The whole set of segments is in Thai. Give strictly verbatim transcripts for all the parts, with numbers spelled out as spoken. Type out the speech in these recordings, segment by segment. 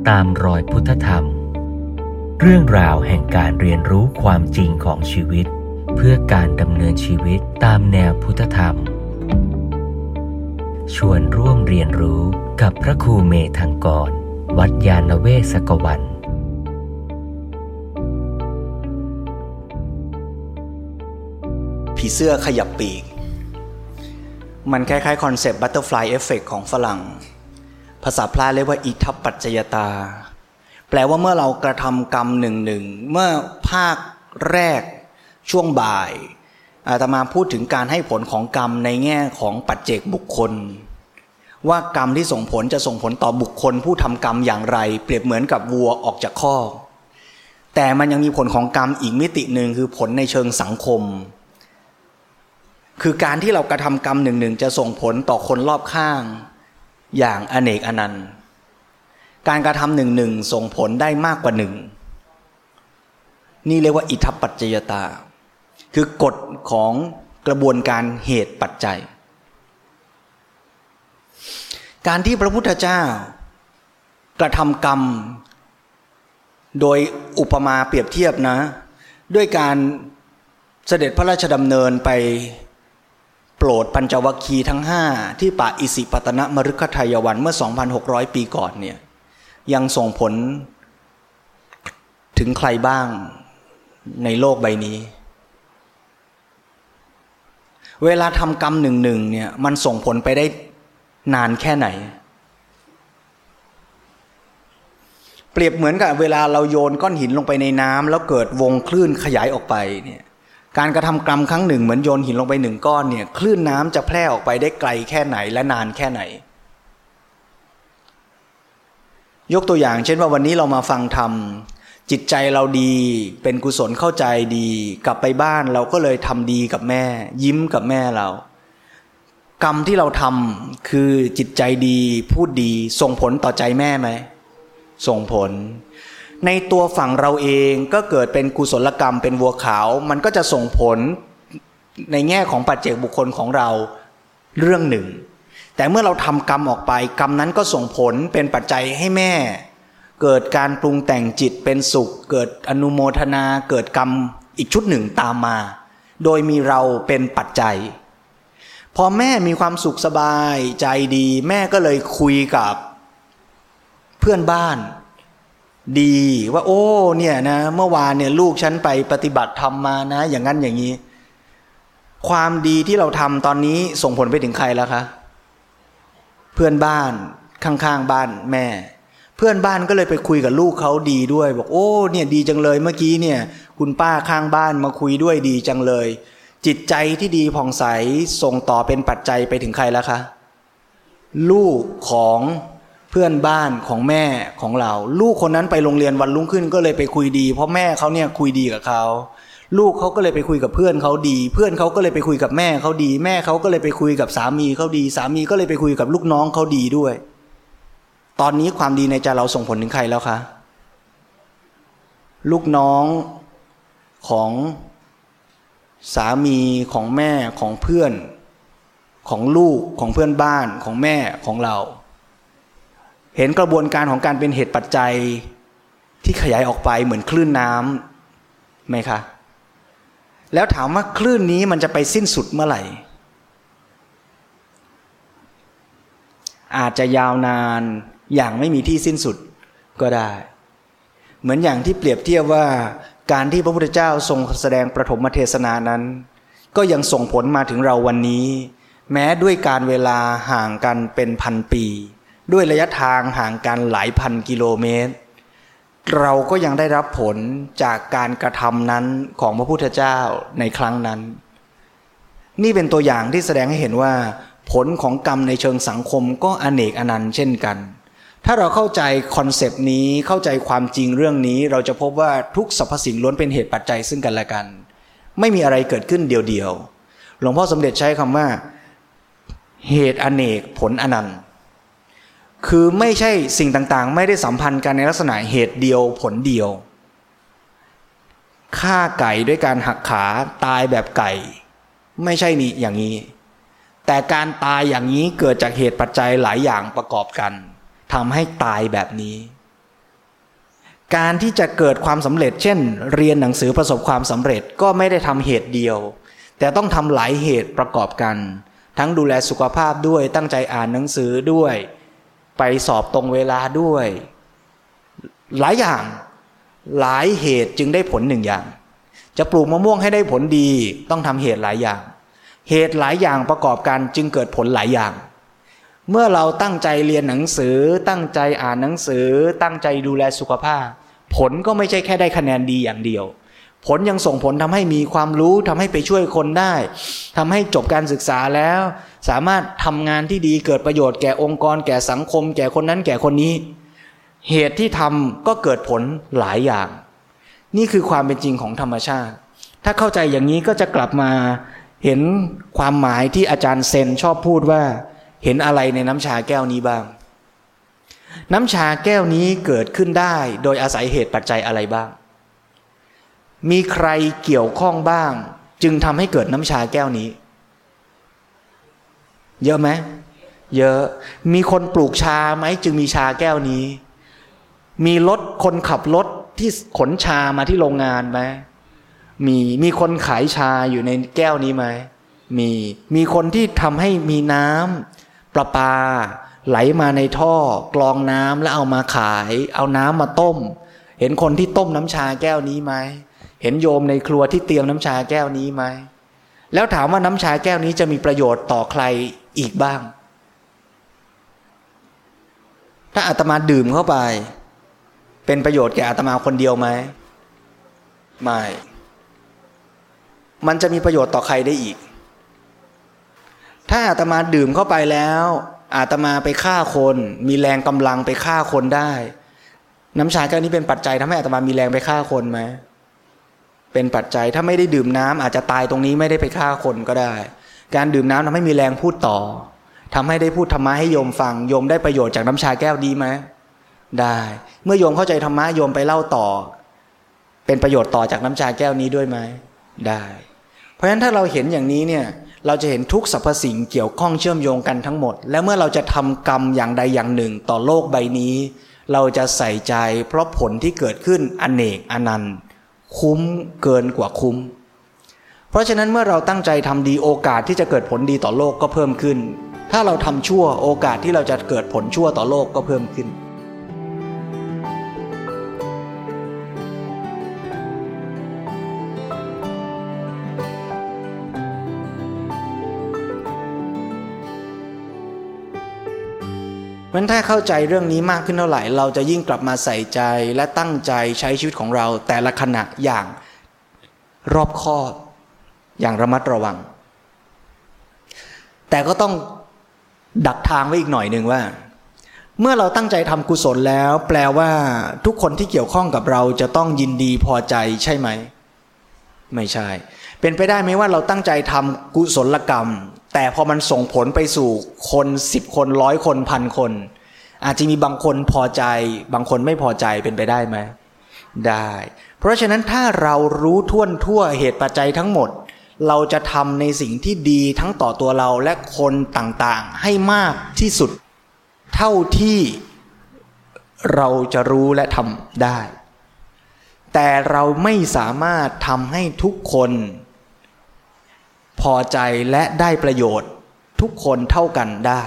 ตามรอยพุทธธรรมเรื่องราวแห่งการเรียนรู้ความจริงของชีวิตเพื่อการดำเนินชีวิตตามแนวพุทธธรรมชวนร่วมเรียนรู้กับพระครูเมธังกรวัดยานเวศกวันผีเสื้อขยับปีกมันคล้ายๆคอนเซปต์ Butterfly Effect ของฝรั่งภาษาพระเรียกว่าอิทัปปัจจยตาแปลว่าเมื่อเรากระทำกรรมหนึ่งหนึ่งเมื่อภาคแรกช่วงบ่ายอาตมาพูดถึงการให้ผลของกรรมในแง่ของปัจเจกบุคคลว่ากรรมที่ส่งผลจะส่งผลต่อบุคคลผู้ทำกรรมอย่างไรเปรียบเหมือนกับวัวออกจากคอกแต่มันยังมีผลของกรรมอีกมิติหนึ่งคือผลในเชิงสังคมคือการที่เรากระทำกรรมหนึ่งหนึ่งจะส่งผลต่อคนรอบข้างอย่างอเนกอนันต์การกระทำหนึ่งหนึ่งส่งผลได้มากกว่าหนึ่งนี่เรียกว่าอิทัปปัจจยตาคือกฎของกระบวนการเหตุปัจจัยการที่พระพุทธเจ้ากระทำกรรมโดยอุปมาเปรียบเทียบนะด้วยการเสด็จพระราชดำเนินไปโปรดปัญจวัคคีย์ทั้งห้าที่ป่าอิสิปตนมฤคทายวันเมื่อ สองพันหกร้อย ปีก่อนเนี่ยยังส่งผลถึงใครบ้างในโลกใบนี้เวลาทำกรรมหนึ่งหนึ่งเนี่ยมันส่งผลไปได้นานแค่ไหนเปรียบเหมือนกับเวลาเราโยนก้อนหินลงไปในน้ำแล้วเกิดวงคลื่นขยายออกไปเนี่ยการกระทำกรรมครั้งหนึ่งเหมือนโยนหินลงไปหนึ่งก้อนเนี่ยคลื่นน้ำจะแพร่ออกไปได้ไกลแค่ไหนและนานแค่ไหนยกตัวอย่างเช่นว่าวันนี้เรามาฟังธรรมจิตใจเราดีเป็นกุศลเข้าใจดีกลับไปบ้านเราก็เลยทำดีกับแม่ยิ้มกับแม่เรากรรมที่เราทำคือจิตใจดีพูดดีส่งผลต่อใจแม่ไหมส่งผลในตัวฝั่งเราเองก็เกิดเป็นกุศลกรรมเป็นวัวขาวมันก็จะส่งผลในแง่ของปัจเจกบุคคลของเราเรื่องหนึ่งแต่เมื่อเราทำกรรมออกไปกรรมนั้นก็ส่งผลเป็นปัจจัยให้แม่เกิดการปรุงแต่งจิตเป็นสุขเกิดอนุโมทนาเกิดกรรมอีกชุดหนึ่งตามมาโดยมีเราเป็นปัจจัยพอแม่มีความสุขสบายใจดีแม่ก็เลยคุยกับเพื่อนบ้านดีว่าโอ้เนี่ยนะเมื่อวานเนี่ยลูกฉันไปปฏิบัติธรรมมานะอย่างนั้นอย่างนี้ความดีที่เราทำตอนนี้ส่งผลไปถึงใครแล้วคะเพื่อนบ้านข้างๆบ้านแม่เพื่อนบ้านก็เลยไปคุยกับลูกเขาดีด้วยบอกโอ้เนี่ยดีจังเลยเมื่อกี้เนี่ยคุณป้าข้างบ้านมาคุยด้วยดีจังเลยจิตใจที่ดีผ่องใสส่งต่อเป็นปัจจัยไปถึงใครแล้วคะลูกของเพื่อนบ้านของแม่ของเราลูกคนนั้นไปโรงเรียนวันรุ่งขึ้นก็เลยไปคุยดีเพราะแม่เขาเนี่ยคุยดีกับเขาลูกเขาก็เลยไปคุยกับเพื่อนเขาดีเพื่อนเขาก็เลยไปคุยกับแม่เขาดีแม่เขาก็เลยไปคุยกับสามีเขาดีสามีก็เลยไปคุยกับลูกน้องเขาดีด้วยตอนนี้ความดีในใจเราส่งผลถึงใครแล้วคะลูกน้องของสามีของแม่ของเพื่อนของลูกของเพื่อนบ้านของแม่ของเราเห็นกระบวนการของการเป็นเหตุปัจจัยที่ขยายออกไปเหมือนคลื่นน้ำไหมคะแล้วถามว่าคลื่นนี้มันจะไปสิ้นสุดเมื่อไหร่อาจจะยาวนานอย่างไม่มีที่สิ้นสุดก็ได้เหมือนอย่างที่เปรียบเทียบว่าการที่พระพุทธเจ้าทรงแสดงปฐมเทศนานั้นก็ยังส่งผลมาถึงเราวันนี้แม้ด้วยการเวลาห่างกันเป็นพันปีด้วยระยะทางห่างกันหลายพันกิโลเมตรเราก็ยังได้รับผลจากการกระทำนั้นของพระพุทธเจ้าในครั้งนั้นนี่เป็นตัวอย่างที่แสดงให้เห็นว่าผลของกรรมในเชิงสังคมก็อเนกอนันต์เช่นกันถ้าเราเข้าใจคอนเซปต์นี้เข้าใจความจริงเรื่องนี้เราจะพบว่าทุกสรรพสิ่งล้วนเป็นเหตุปัจจัยซึ่งกันและกันไม่มีอะไรเกิดขึ้นเดียวๆหลวงพ่อสมเด็จใช้คำว่าเหตุอเนกผลอนันต์คือไม่ใช่สิ่งต่างๆไม่ได้สัมพันธ์กันในลักษณะเหตุเดียวผลเดียวฆ่าไก่ด้วยการหักขาตายแบบไก่ไม่ใช่นี่อย่างนี้แต่การตายอย่างนี้เกิดจากเหตุปัจจัยหลายอย่างประกอบกันทำให้ตายแบบนี้การที่จะเกิดความสำเร็จเช่นเรียนหนังสือประสบความสำเร็จก็ไม่ได้ทำเหตุเดียวแต่ต้องทำหลายเหตุประกอบกันทั้งดูแลสุขภาพด้วยตั้งใจอ่านหนังสือด้วยไปสอบตรงเวลาด้วยหลายอย่างหลายเหตุจึงได้ผลหนึ่งอย่างจะปลูกมะม่วงให้ได้ผลดีต้องทำเหตุหลายอย่างเหตุหลายอย่างประกอบกันจึงเกิดผลหลายอย่างเมื่อเราตั้งใจเรียนหนังสือตั้งใจอ่านหนังสือตั้งใจดูแลสุขภาพผลก็ไม่ใช่แค่ได้คะแนนดีอย่างเดียวผลยังส่งผลทำให้มีความรู้ทำให้ไปช่วยคนได้ทำให้จบการศึกษาแล้วสามารถทำงานที่ดีเกิดประโยชน์แก่องค์กรแก่สังคมแก่คนนั้นแก่คนนี้เหตุที่ทำก็เกิดผลหลายอย่างนี่คือความเป็นจริงของธรรมชาติถ้าเข้าใจอย่างนี้ก็จะกลับมาเห็นความหมายที่อาจารย์เซนชอบพูดว่าเห็นอะไรในน้ำชาแก้วนี้บ้างน้ำชาแก้วนี้เกิดขึ้นได้โดยอาศัยเหตุปัจจัยอะไรบ้างมีใครเกี่ยวข้องบ้างจึงทำให้เกิดน้ำชาแก้วนี้เยอะไหมเยอะมีคนปลูกชาไหมจึงมีชาแก้วนี้มีรถคนขับรถที่ขนชามาที่โรงงานไหมมีมีคนขายชาอยู่ในแก้วนี้ไหมมีมีคนที่ทำให้มีน้ำประปาไหลมาในท่อกรองน้ำแล้วเอามาขายเอาน้ำมาต้มเห็นคนที่ต้มน้ำชาแก้วนี้ไหมเห็นโยมในครัวที่เตรียมน้ำชาแก้วนี้ไหมแล้วถามว่าน้ำชาแก้วนี้จะมีประโยชน์ต่อใครอีกบ้างถ้าอาตมาดื่มเข้าไปเป็นประโยชน์แก่อาตมาคนเดียวไหมไม่มันจะมีประโยชน์ต่อใครได้อีกถ้าอาตมาดื่มเข้าไปแล้วอาตมาไปฆ่าคนมีแรงกำลังไปฆ่าคนได้น้ำชาแก้วนี้เป็นปัจจัยทำให้อาตมามีแรงไปฆ่าคนไหมเป็นปัจจัยถ้าไม่ได้ดื่มน้ำอาจจะตายตรงนี้ไม่ได้ไปฆ่าคนก็ได้การดื่มน้ำทำให้มีแรงพูดต่อทำให้ได้พูดธรรมะให้โยมฟังโยมได้ประโยชน์จากน้ำชาแก้วดีไหมได้เมื่อโยมเข้าใจธรรมะโยมไปเล่าต่อเป็นประโยชน์ต่อจากน้ำชาแก้วนี้ด้วยไหมได้เพราะฉะนั้นถ้าเราเห็นอย่างนี้เนี่ยเราจะเห็นทุกสรรพสิ่งเกี่ยวข้องเชื่อมโยงกันทั้งหมดและเมื่อเราจะทำกรรมอย่างใดอย่างหนึ่งต่อโลกใบนี้เราจะใส่ใจเพราะผลที่เกิดขึ้นอเนกอนันต์คุ้มเกินกว่าคุ้มเพราะฉะนั้นเมื่อเราตั้งใจทำดีโอกาสที่จะเกิดผลดีต่อโลกก็เพิ่มขึ้นถ้าเราทำชั่วโอกาสที่เราจะเกิดผลชั่วต่อโลกก็เพิ่มขึ้นเพราะฉะนั้นถ้าเข้าใจเรื่องนี้มากขึ้นเท่าไหร่เราจะยิ่งกลับมาใส่ใจและตั้งใจใช้ชีวิตของเราแต่ละขณะอย่างรอบคอบอย่างระมัดระวังแต่ก็ต้องดักทางไว้อีกหน่อยหนึ่งว่าเมื่อเราตั้งใจทำกุศลแล้วแปลว่าทุกคนที่เกี่ยวข้องกับเราจะต้องยินดีพอใจใช่ไหมไม่ใช่เป็นไปได้ไหมว่าเราตั้งใจทำกุศลกรรมแต่พอมันส่งผลไปสู่คนสิบคนร้อยคนพันคนอาจจะมีบางคนพอใจบางคนไม่พอใจเป็นไปได้ไหมได้เพราะฉะนั้นถ้าเรารู้ท่วนทั่วเหตุปัจจัยทั้งหมดเราจะทำในสิ่งที่ดีทั้งต่อตัวเราและคนต่างๆให้มากที่สุดเท่าที่เราจะรู้และทำได้แต่เราไม่สามารถทำให้ทุกคนพอใจและได้ประโยชน์ทุกคนเท่ากันได้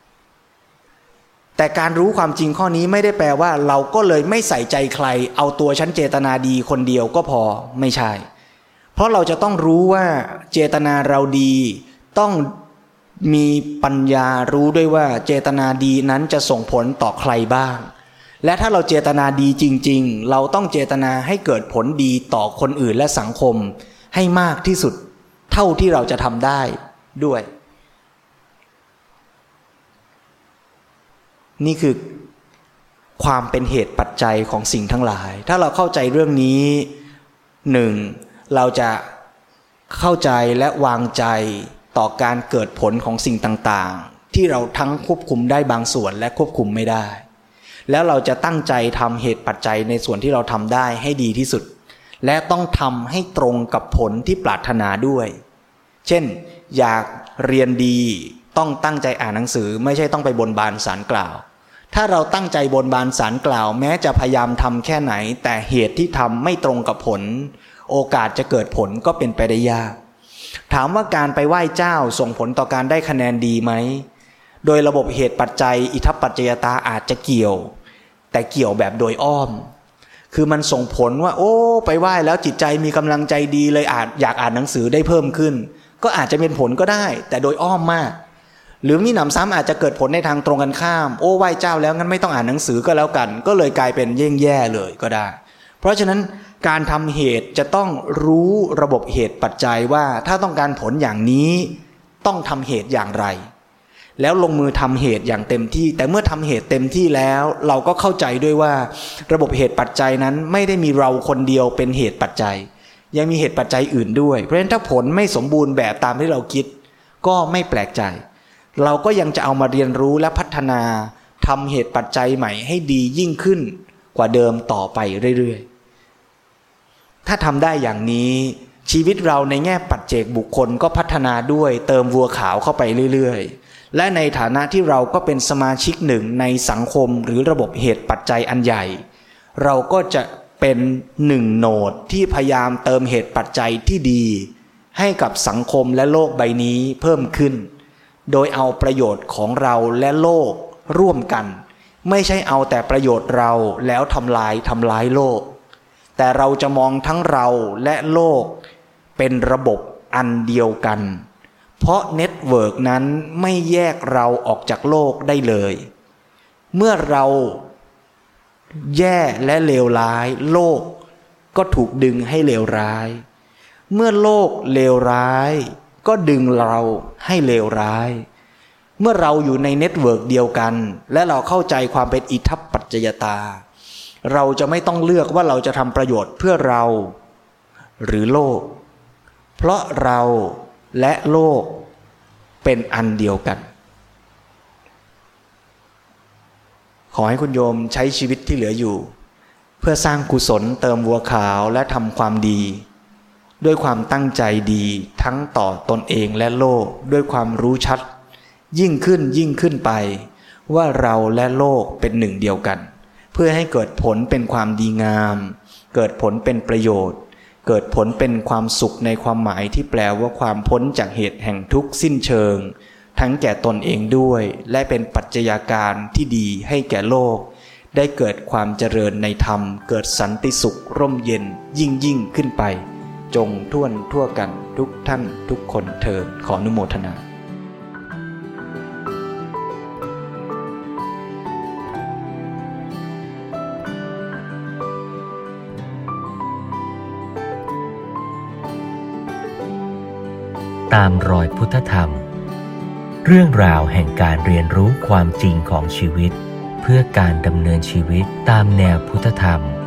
แต่การรู้ความจริงข้อนี้ไม่ได้แปลว่าเราก็เลยไม่ใส่ใจใครเอาตัวฉันเจตนาดีคนเดียวก็พอไม่ใช่เพราะเราจะต้องรู้ว่าเจตนาเราดีต้องมีปัญญารู้ด้วยว่าเจตนาดีนั้นจะส่งผลต่อใครบ้างและถ้าเราเจตนาดีจริงๆเราต้องเจตนาให้เกิดผลดีต่อคนอื่นและสังคมให้มากที่สุดเท่าที่เราจะทำได้ด้วยนี่คือความเป็นเหตุปัจจัยของสิ่งทั้งหลายถ้าเราเข้าใจเรื่องนี้หนึ่งเราจะเข้าใจและวางใจต่อการเกิดผลของสิ่งต่างๆที่เราทั้งควบคุมได้บางส่วนและควบคุมไม่ได้แล้วเราจะตั้งใจทำเหตุปัจจัยในส่วนที่เราทำได้ให้ดีที่สุดและต้องทำให้ตรงกับผลที่ปรารถนาด้วยเช่นอยากเรียนดีต้องตั้งใจอ่านหนังสือไม่ใช่ต้องไปบนบานศาลกล่าวถ้าเราตั้งใจบนบานศาลกล่าวแม้จะพยายามทำแค่ไหนแต่เหตุที่ทำไม่ตรงกับผลโอกาสจะเกิดผลก็เป็นไปได้ยากถามว่าการไปไหว้เจ้าส่งผลต่อการได้คะแนนดีไหมโดยระบบเหตุปัจจัยอิทัปปัจจยตาอาจจะเกี่ยวแต่เกี่ยวแบบโดยอ้อมคือมันส่งผลว่าโอ้ไปไหว้แล้วจิตใจมีกำลังใจดีเลยอาจอยากอ่านหนังสือได้เพิ่มขึ้นก็อาจจะเป็นผลก็ได้แต่โดยอ้อมมากหรือมีหนำซ้ำอาจจะเกิดผลในทางตรงกันข้ามโอ้ไหว้เจ้าแล้วงั้นไม่ต้องอ่านหนังสือก็แล้วกันก็เลยกลายเป็นเย่งแย่เลยก็ได้เพราะฉะนั้นการทำเหตุจะต้องรู้ระบบเหตุปัจจัยว่าถ้าต้องการผลอย่างนี้ต้องทำเหตุอย่างไรแล้วลงมือทำเหตุอย่างเต็มที่แต่เมื่อทำเหตุเต็มที่แล้วเราก็เข้าใจด้วยว่าระบบเหตุปัจจัยนั้นไม่ได้มีเราคนเดียวเป็นเหตุปัจจัยยังมีเหตุปัจจัยอื่นด้วยเพราะฉะนั้นถ้าผลไม่สมบูรณ์แบบตามที่เราคิดก็ไม่แปลกใจเราก็ยังจะเอามาเรียนรู้และพัฒนาทำเหตุปัจจัยใหม่ให้ดียิ่งขึ้นกว่าเดิมต่อไปเรื่อยๆถ้าทำได้อย่างนี้ชีวิตเราในแง่ปัจเจกบุคคลก็พัฒนาด้วยเติมวัวขาวเข้าไปเรื่อยๆและในฐานะที่เราก็เป็นสมาชิกหนึ่งในสังคมหรือระบบเหตุปัจจัยอันใหญ่เราก็จะเป็นหนึ่งโหนดที่พยายามเติมเหตุปัจจัยที่ดีให้กับสังคมและโลกใบนี้เพิ่มขึ้นโดยเอาประโยชน์ของเราและโลกร่วมกันไม่ใช่เอาแต่ประโยชน์เราแล้วทำลายทำลายโลกแต่เราจะมองทั้งเราและโลกเป็นระบบอันเดียวกันเพราะเน็ตเวิร์กนั้นไม่แยกเราออกจากโลกได้เลยเมื่อเราแย่และเลวร้ายโลกก็ถูกดึงให้เลวร้ายเมื่อโลกเลวร้ายก็ดึงเราให้เลวร้ายเมื่อเราอยู่ในเน็ตเวิร์กเดียวกันและเราเข้าใจความเป็นอิทัปปัจจยตาเราจะไม่ต้องเลือกว่าเราจะทำประโยชน์เพื่อเราหรือโลกเพราะเราและโลกเป็นอันเดียวกันขอให้คุณโยมใช้ชีวิตที่เหลืออยู่เพื่อสร้างกุศลเติมวัวขาวและทำความดีด้วยความตั้งใจดีทั้งต่อตนเองและโลกด้วยความรู้ชัดยิ่งขึ้นยิ่งขึ้นไปว่าเราและโลกเป็นหนึ่งเดียวกันเพื่อให้เกิดผลเป็นความดีงามเกิดผลเป็นประโยชน์เกิดผลเป็นความสุขในความหมายที่แปลว่าความพ้นจากเหตุแห่งทุกข์สิ้นเชิงทั้งแก่ตนเองด้วยและเป็นปัจจัยการที่ดีให้แก่โลกได้เกิดความเจริญในธรรมเกิดสันติสุขร่มเย็นยิ่งยิ่งขึ้นไปจงท่วนทั่วกันทุกท่านทุกคนเถิดขออนุโมทนาตามรอยพุทธธรรมเรื่องราวแห่งการเรียนรู้ความจริงของชีวิตเพื่อการดำเนินชีวิตตามแนวพุทธธรรม